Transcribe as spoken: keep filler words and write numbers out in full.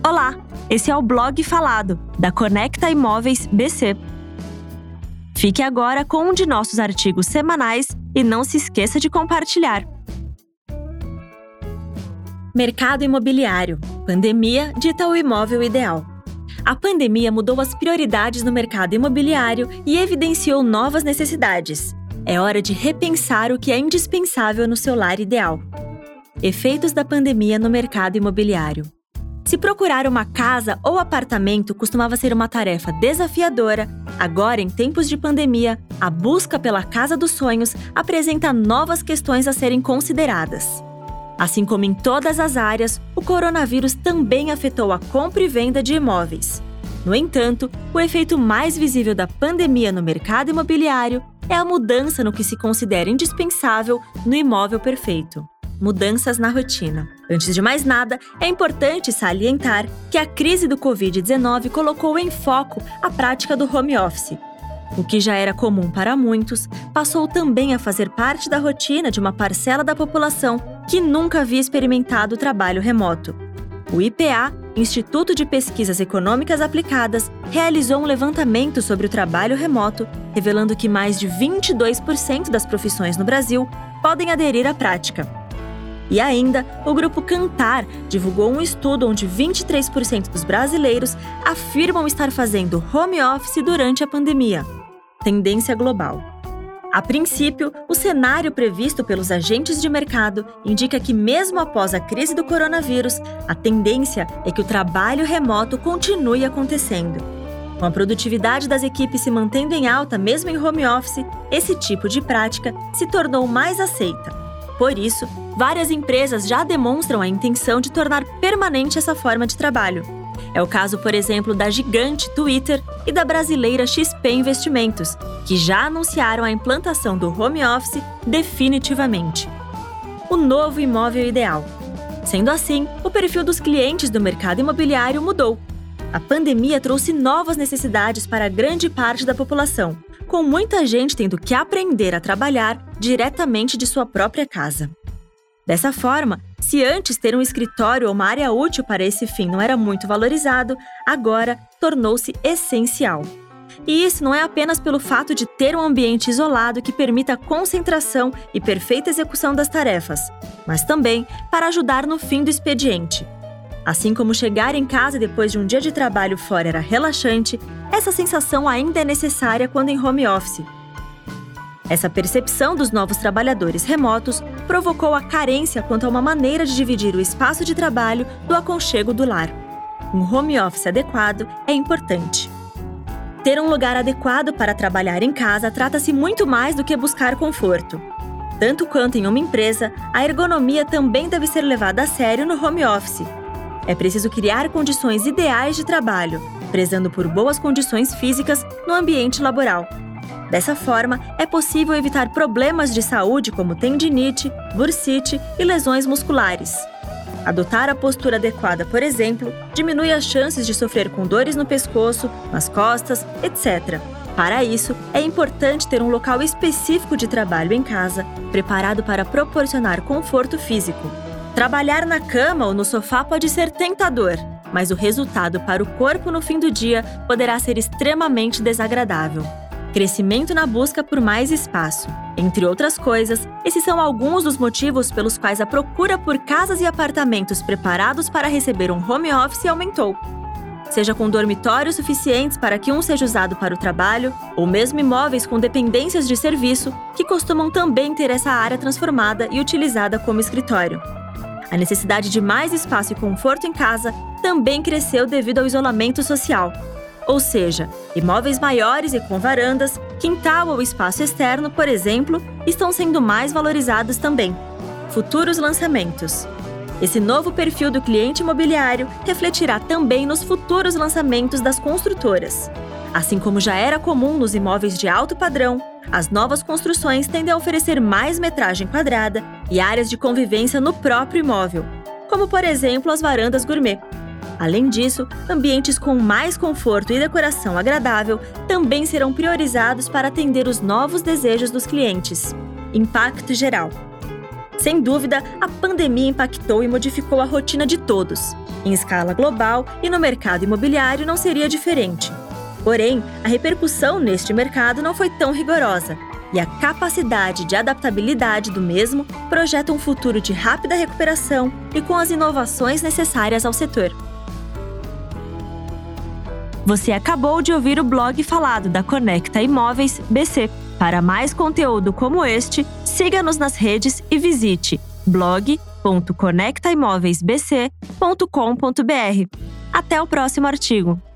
Olá, esse é o Blog Falado, da Conecta Imóveis B C. Fique agora com um de nossos artigos semanais e não se esqueça de compartilhar. Mercado imobiliário. Pandemia dita o imóvel ideal. A pandemia mudou as prioridades no mercado imobiliário e evidenciou novas necessidades. É hora de repensar o que é indispensável no seu lar ideal. Efeitos da pandemia no mercado imobiliário. Se procurar uma casa ou apartamento costumava ser uma tarefa desafiadora, agora, em tempos de pandemia, a busca pela casa dos sonhos apresenta novas questões a serem consideradas. Assim como em todas as áreas, o coronavírus também afetou a compra e venda de imóveis. No entanto, o efeito mais visível da pandemia no mercado imobiliário é a mudança no que se considera indispensável no imóvel perfeito. Mudanças na rotina. Antes de mais nada, é importante salientar que a crise do covid dezenove colocou em foco a prática do home office. O que já era comum para muitos, passou também a fazer parte da rotina de uma parcela da população que nunca havia experimentado o trabalho remoto. O I P A, Instituto de Pesquisas Econômicas Aplicadas, realizou um levantamento sobre o trabalho remoto, revelando que mais de vinte e dois por cento das profissões no Brasil podem aderir à prática. E ainda, o Grupo Kantar divulgou um estudo onde vinte e três por cento dos brasileiros afirmam estar fazendo home office durante a pandemia. Tendência global. A princípio, o cenário previsto pelos agentes de mercado indica que, mesmo após a crise do coronavírus, a tendência é que o trabalho remoto continue acontecendo. Com a produtividade das equipes se mantendo em alta mesmo em home office, esse tipo de prática se tornou mais aceita. Por isso, várias empresas já demonstram a intenção de tornar permanente essa forma de trabalho. É o caso, por exemplo, da gigante Twitter e da brasileira X P Investimentos, que já anunciaram a implantação do home office definitivamente. O novo imóvel ideal. Sendo assim, o perfil dos clientes do mercado imobiliário mudou. A pandemia trouxe novas necessidades para grande parte da população, com muita gente tendo que aprender a trabalhar diretamente de sua própria casa. Dessa forma, se antes ter um escritório ou uma área útil para esse fim não era muito valorizado, agora tornou-se essencial. E isso não é apenas pelo fato de ter um ambiente isolado que permita a concentração e perfeita execução das tarefas, mas também para ajudar no fim do expediente. Assim como chegar em casa depois de um dia de trabalho fora era relaxante, essa sensação ainda é necessária quando em home office. Essa percepção dos novos trabalhadores remotos provocou a carência quanto a uma maneira de dividir o espaço de trabalho do aconchego do lar. Um home office adequado é importante. Ter um lugar adequado para trabalhar em casa trata-se muito mais do que buscar conforto. Tanto quanto em uma empresa, a ergonomia também deve ser levada a sério no home office. É preciso criar condições ideais de trabalho, prezando por boas condições físicas no ambiente laboral. Dessa forma, é possível evitar problemas de saúde como tendinite, bursite e lesões musculares. Adotar a postura adequada, por exemplo, diminui as chances de sofrer com dores no pescoço, nas costas, etcétera. Para isso, é importante ter um local específico de trabalho em casa, preparado para proporcionar conforto físico. Trabalhar na cama ou no sofá pode ser tentador, mas o resultado para o corpo no fim do dia poderá ser extremamente desagradável. Crescimento na busca por mais espaço. Entre outras coisas, esses são alguns dos motivos pelos quais a procura por casas e apartamentos preparados para receber um home office aumentou. Seja com dormitórios suficientes para que um seja usado para o trabalho, ou mesmo imóveis com dependências de serviço, que costumam também ter essa área transformada e utilizada como escritório. A necessidade de mais espaço e conforto em casa também cresceu devido ao isolamento social. Ou seja, imóveis maiores e com varandas, quintal ou espaço externo, por exemplo, estão sendo mais valorizados também. Futuros lançamentos. Esse novo perfil do cliente imobiliário refletirá também nos futuros lançamentos das construtoras. Assim como já era comum nos imóveis de alto padrão, as novas construções tendem a oferecer mais metragem quadrada e áreas de convivência no próprio imóvel, como, por exemplo, as varandas gourmet. Além disso, ambientes com mais conforto e decoração agradável também serão priorizados para atender os novos desejos dos clientes. Impacto geral. Sem dúvida, a pandemia impactou e modificou a rotina de todos. Em escala global e no mercado imobiliário não seria diferente. Porém, a repercussão neste mercado não foi tão rigorosa, e a capacidade de adaptabilidade do mesmo projeta um futuro de rápida recuperação e com as inovações necessárias ao setor. Você acabou de ouvir o blog falado da Conecta Imóveis B C. Para mais conteúdo como este, siga-nos nas redes e visite blog ponto conecta imóveis b c ponto com ponto b r. Até o próximo artigo!